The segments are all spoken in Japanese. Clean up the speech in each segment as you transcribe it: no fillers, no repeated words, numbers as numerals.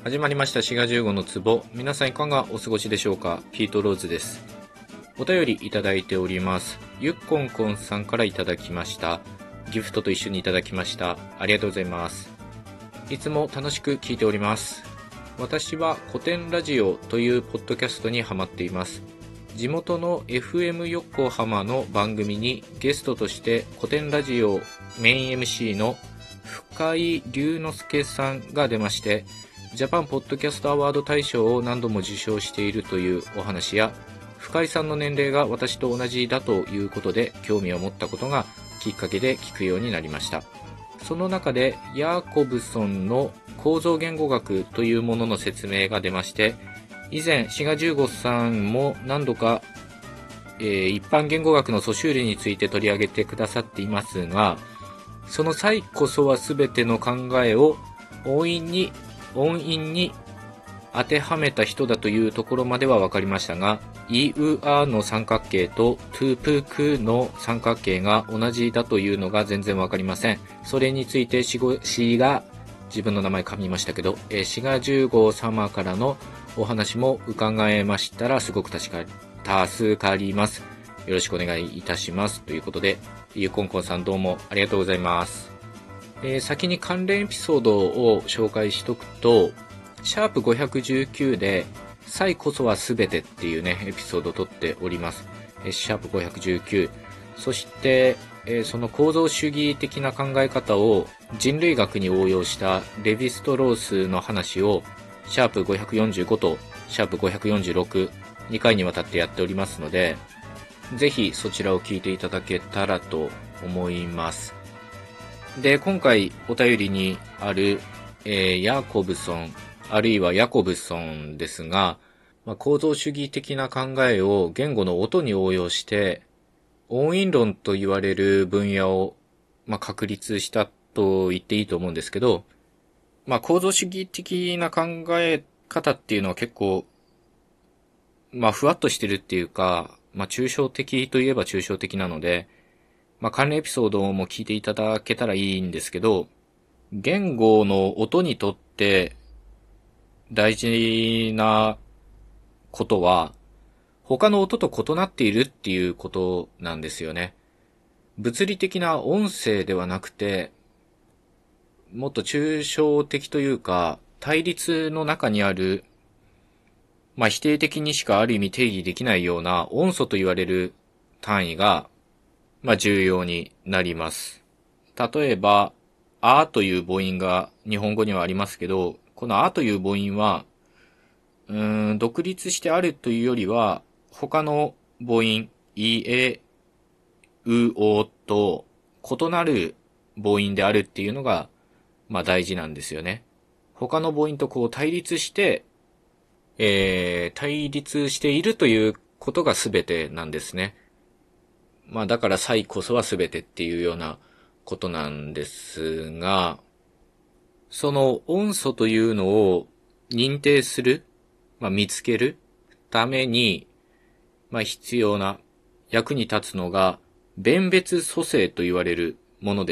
始まりました滋賀15の壺。皆さんいかがお過ごしでしょうか。ピートローズです。お便りいただいております。ゆっこんこんさんからいただきました。ギフトと一緒にいただきました。ありがとうございます。いつも楽しく聞いております。私は古典ラジオというポッドキャストにハマっています。地元の FM 横浜の番組にゲストとして古典ラジオメイン MC の深井龍之介さんが出まして、ジャパンポッドキャストアワード大賞を何度も受賞しているというお話や、深井さんの年齢が私と同じだということで興味を持ったことがきっかけで聞くようになりました。その中でヤーコブソンの構造言語学というものの説明が出まして、以前滋賀15さんも何度か、一般言語学のソシュールについて取り上げてくださっていますが、その際こそは全ての考えを音韻に当てはめた人だというところまでは分かりましたが、イウアの三角形とトゥプクの三角形が同じだというのが全然分かりません。それについて自分の名前噛みましたけど、滋賀15様からのお話も伺えましたらすごく助かります。よろしくお願いいたします。ということで、ゆこんこんさんどうもありがとうございます。先に関連エピソードを紹介しとくと、シャープ519で、才こそはすべてっていうね、エピソードを撮っております。シャープ519。そして、その構造主義的な考え方を人類学に応用したレヴィストロースの話を、シャープ545とシャープ546、2回にわたってやっておりますので、ぜひそちらを聞いていただけたらと思います。で、今回お便りにある、ヤーコブソン、あるいはヤコブソンですが、構造主義的な考えを言語の音に応用して、音韻論と言われる分野を、確立したと言っていいと思うんですけど、構造主義的な考え方っていうのは結構、ふわっとしてるっていうか、抽象的といえば抽象的なので、関連エピソードも聞いていただけたらいいんですけど、言語の音にとって大事なことは、他の音と異なっているっていうことなんですよね。物理的な音声ではなくて、もっと抽象的というか、対立の中にある、否定的にしかある意味定義できないような音素と言われる単位が、重要になります。例えば、あという母音が日本語にはありますけど、このあという母音は、独立してあるというよりは、他の母音、い、え、う、おと異なる母音であるっていうのが、大事なんですよね。他の母音と対立して、対立しているということが全てなんですね。だから才こそは全てっていうようなことなんですが、その音素というのを認定する、見つけるために、必要な役に立つのが弁別組成と言われるものです。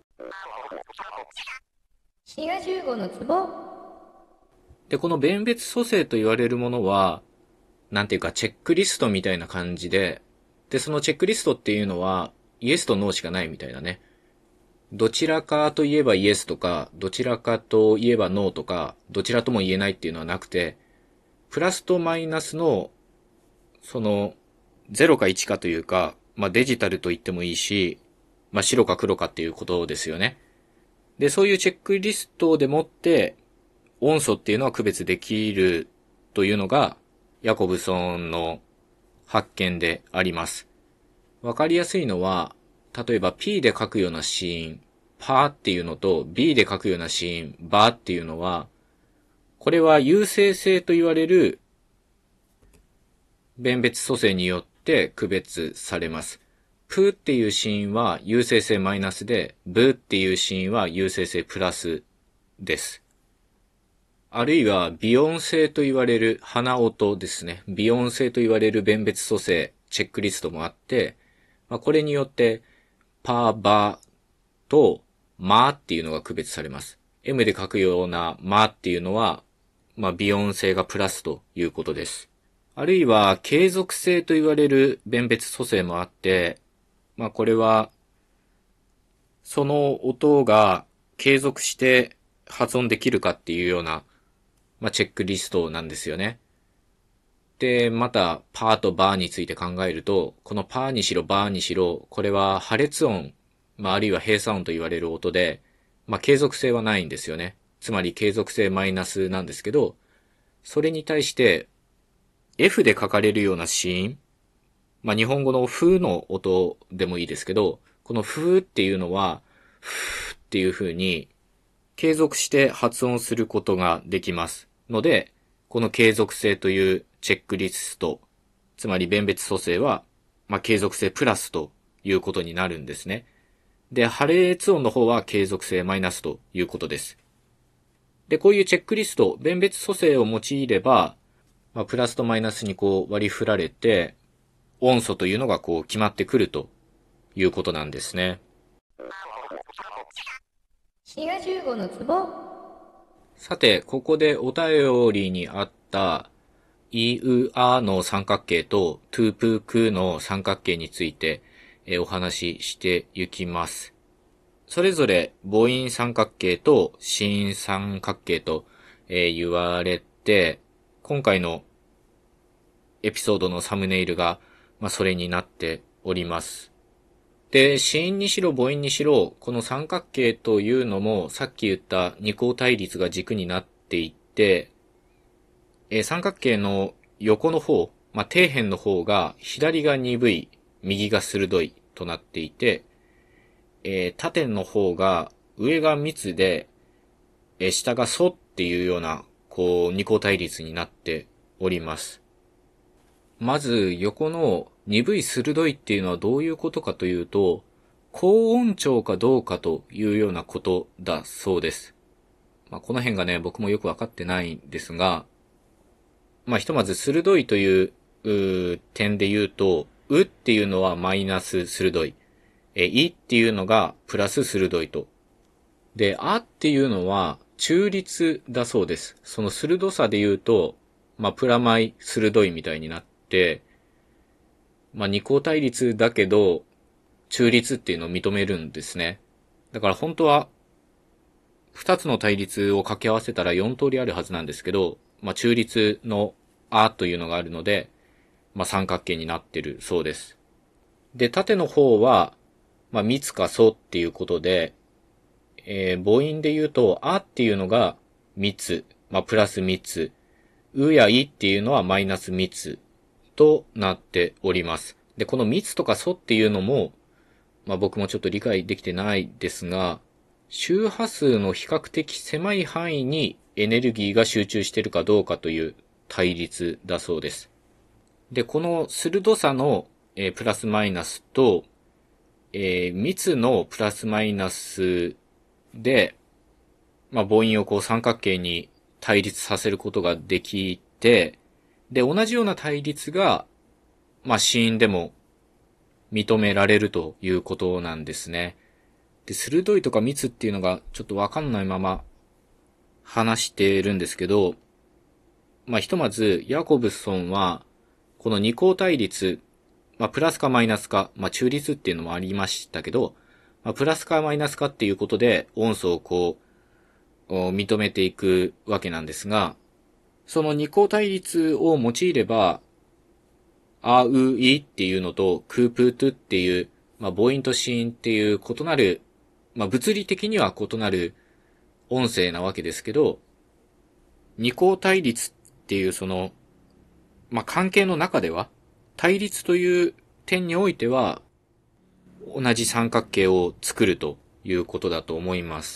滋賀15の壺。 で、この弁別組成と言われるものは、なんていうかチェックリストみたいな感じで、そのチェックリストっていうのは、イエスとノーしかないみたいなね。どちらかといえばイエスとか、どちらかといえばノーとか、どちらとも言えないっていうのはなくて、プラスとマイナスの、その、0か1かというか、デジタルと言ってもいいし、白か黒かっていうことですよね。で、そういうチェックリストでもって、音素っていうのは区別できるというのが、ヤコブソンの発見であります。わかりやすいのは、例えば P で書くような子音、パーっていうのと B で書くような子音、バーっていうのは、これは有性性と言われる弁別組成によって区別されます。プーっていう子音は有性性マイナスで、ブーっていう子音は有性性プラスです。あるいは、微音性と言われる鼻音ですね。微音性と言われる弁別組成、チェックリストもあって、これによって、パーバーとマーっていうのが区別されます。M で書くようなマーっていうのは、 微音性がプラスということです。あるいは、継続性と言われる弁別組成もあって、これは、その音が継続して発音できるかっていうような、チェックリストなんですよね。で、また、パーとバーについて考えると、このパーにしろバーにしろ、これは破裂音、あるいは閉鎖音と言われる音で、継続性はないんですよね。つまり継続性マイナスなんですけど、それに対して、F で書かれるような子音、日本語のフの音でもいいですけど、このフっていうのは、フっていう風に継続して発音することができますので、この継続性というチェックリスト、つまり弁別組成は、継続性プラスということになるんですね。で、破裂音の方は継続性マイナスということです。で、こういうチェックリスト、弁別組成を用いれば、プラスとマイナスに割り振られて、音素というのが決まってくるということなんですね。 滋賀15のツボ。 さて、ここでお便りにあった、イウアの三角形とトゥープークの三角形について、お話ししていきます。それぞれ母音三角形と子音三角形と、言われて、今回のエピソードのサムネイルが、それになっております。で、子音にしろ母音にしろ、この三角形というのもさっき言った二項対立が軸になっていって、三角形の横の方、底辺の方が左が鈍い、右が鋭いとなっていて、縦の方が上が密で、下が素っていうような、二項対立になっております。まず横の鈍い鋭いっていうのはどういうことかというと、高音調かどうかというようなことだそうです。この辺がね、僕もよくわかってないんですが、ひとまず鋭いという点で言うと、うっていうのはマイナス鋭い。いっていうのがプラス鋭いと。で、あっていうのは中立だそうです。その鋭さで言うと、プラマイ鋭いみたいになって、二項対立だけど、中立っていうのを認めるんですね。だから本当は、二つの対立を掛け合わせたら4通りあるはずなんですけど、中立のあというのがあるので、三角形になってるそうです。で、縦の方は、密か素っていうことで、母音で言うと、あっていうのが密、プラス密、うやいっていうのはマイナス密となっております。で、この密とか素っていうのも、僕もちょっと理解できてないですが、周波数の比較的狭い範囲にエネルギーが集中しているかどうかという対立だそうです。で、この鋭さの、プラスマイナスと、密のプラスマイナスで、母音を三角形に対立させることができて、で、同じような対立が、子音でも認められるということなんですね。で、鋭いとか密っていうのがちょっとわかんないまま話してるんですけど、ひとまず、ヤコブソンは、この二項対立、プラスかマイナスか、中立っていうのもありましたけど、プラスかマイナスかっていうことで、音素を認めていくわけなんですが、その二項対立を用いれば、あういっていうのと、クープートゥっていう、母音と子音っていう異なる、物理的には異なる音声なわけですけど、二項対立っていうその、関係の中では、対立という点においては、同じ三角形を作るということだと思います。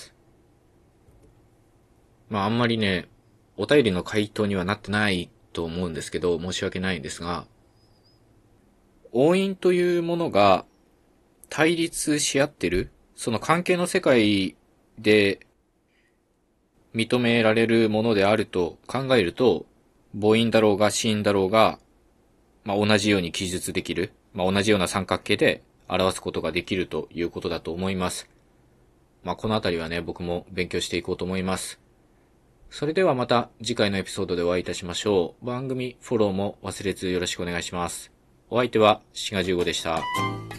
あんまりね、お便りの回答にはなってないと思うんですけど、申し訳ないんですが、音韻というものが対立し合ってる、その関係の世界で認められるものであると考えると、母音だろうが子音だろうが、同じように記述できる、同じような三角形で表すことができるということだと思います。このあたりはね、僕も勉強していこうと思います。 それではまた次回のエピソードでお会いいたしましょう。番組フォローも忘れずよろしくお願いします。お相手はシガ15でした。